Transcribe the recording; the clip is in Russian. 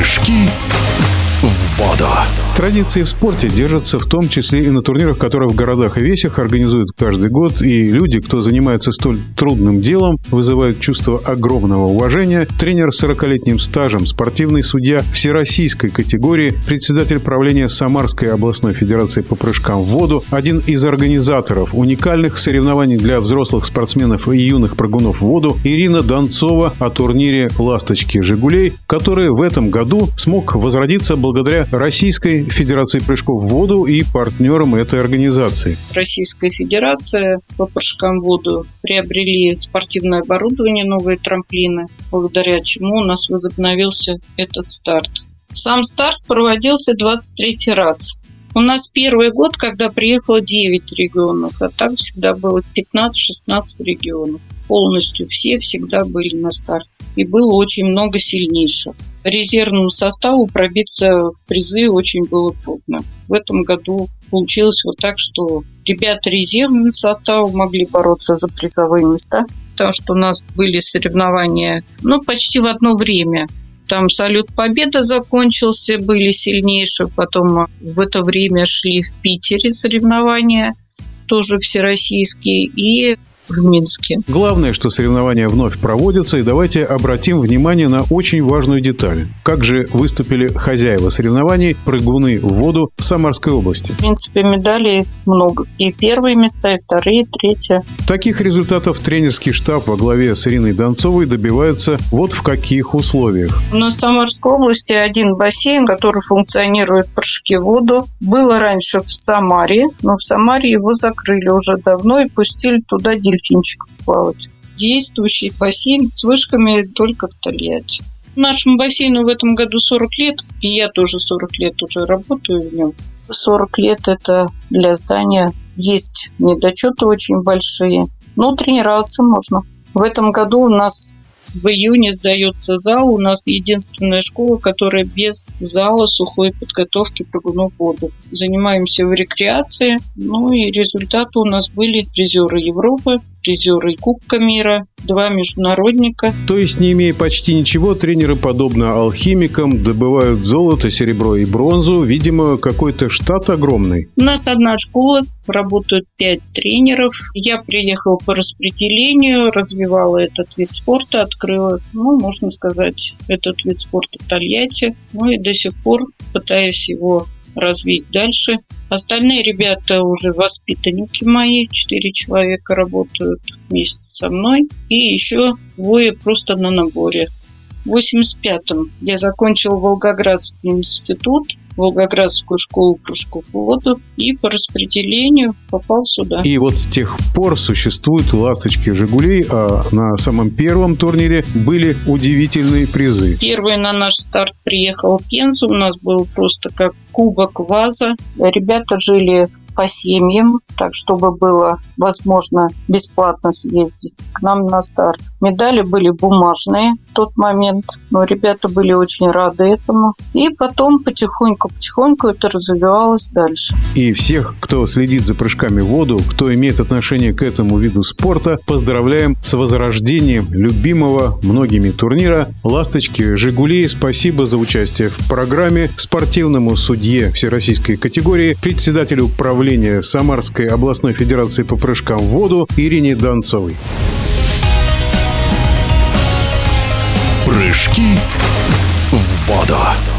Прыжки в воду. Традиции в спорте держатся в том числе и на турнирах, которые в городах и весях организуют каждый год. И люди, кто занимается столь трудным делом, вызывают чувство огромного уважения. Тренер с 40-летним стажем, спортивный судья всероссийской категории, председатель правления Самарской областной федерации по прыжкам в воду, один из организаторов уникальных соревнований для взрослых спортсменов и юных прыгунов в воду Ирина Донцова о турнире «Ласточки Жигулей», который в этом году смог возродиться благодаря Российской Федерации прыжков в воду и партнерам этой организации. Российская Федерация по прыжкам в воду приобрели спортивное оборудование, новые трамплины, благодаря чему у нас возобновился этот старт. Сам старт проводился 23 раз. У нас первый год, когда приехало 9 регионов, а так всегда было 15-16 регионов. Полностью все всегда были на старте. И было очень много сильнейших. Резервному составу пробиться в призы очень было трудно. В этом году получилось вот так, что ребята резервного состава могли бороться за призовые места, потому что у нас были соревнования почти в одно время. Там салют Победы закончился, были сильнейшие. Потом в это время шли в Питере соревнования, тоже всероссийские, и в Минске. Главное, что соревнования вновь проводятся, и давайте обратим внимание на очень важную деталь. Как же выступили хозяева соревнований, прыгуны в воду Самарской области? В принципе, медалей много. И первые места, и вторые, и третьи. Таких результатов тренерский штаб во главе с Ириной Донцовой добивается вот в каких условиях. У нас в Самарской области один бассейн, который функционирует прыжки в воду. Было раньше в Самаре, но в Самаре его закрыли уже давно и пустили туда дельфинчиков плавать. Действующий бассейн с вышками только в Тольятти. Нашему бассейну в этом году 40 лет, и я тоже 40 лет уже работаю в нем. 40 лет это для здания. Есть недочеты очень большие, но тренироваться можно. В этом году у нас в июне сдается зал. У нас единственная школа, которая без зала сухой подготовки прыгунов в воду. Занимаемся в рекреации. И результаты у нас были призеры Европы, призеры Кубка мира, 2 международника. То есть, не имея почти ничего, тренеры, подобно алхимикам, добывают золото, серебро и бронзу. Видимо, какой-то штат огромный. У нас одна школа, работают 5 тренеров. Я приехала по распределению, развивала этот вид спорта, открыла, можно сказать, этот вид спорта в Тольятти. И до сих пор пытаюсь его развить дальше. Остальные ребята уже воспитанники мои, 4 человека работают вместе со мной, и еще 2 просто на наборе. В 85-м я закончила Волгоградский институт, Волгоградскую школу прыжков в воду, и по распределению попал сюда. И вот с тех пор существуют «Ласточки Жигулей», а на самом первом турнире были удивительные призы. Первый на наш старт приехал в Пензу, у нас был просто как кубок ваза. Ребята жили по семьям, так чтобы было возможно бесплатно съездить к нам на старт. Медали были бумажные в тот момент, но ребята были очень рады этому. И потом потихоньку это развивалось дальше. И всех, кто следит за прыжками в воду, кто имеет отношение к этому виду спорта, поздравляем с возрождением любимого многими турнира «Ласточки Жигулей». Спасибо за участие в программе спортивному судье всероссийской категории, председателю правления Самарской областной федерации по прыжкам в воду Ирине Донцовой. Прыжки в воду.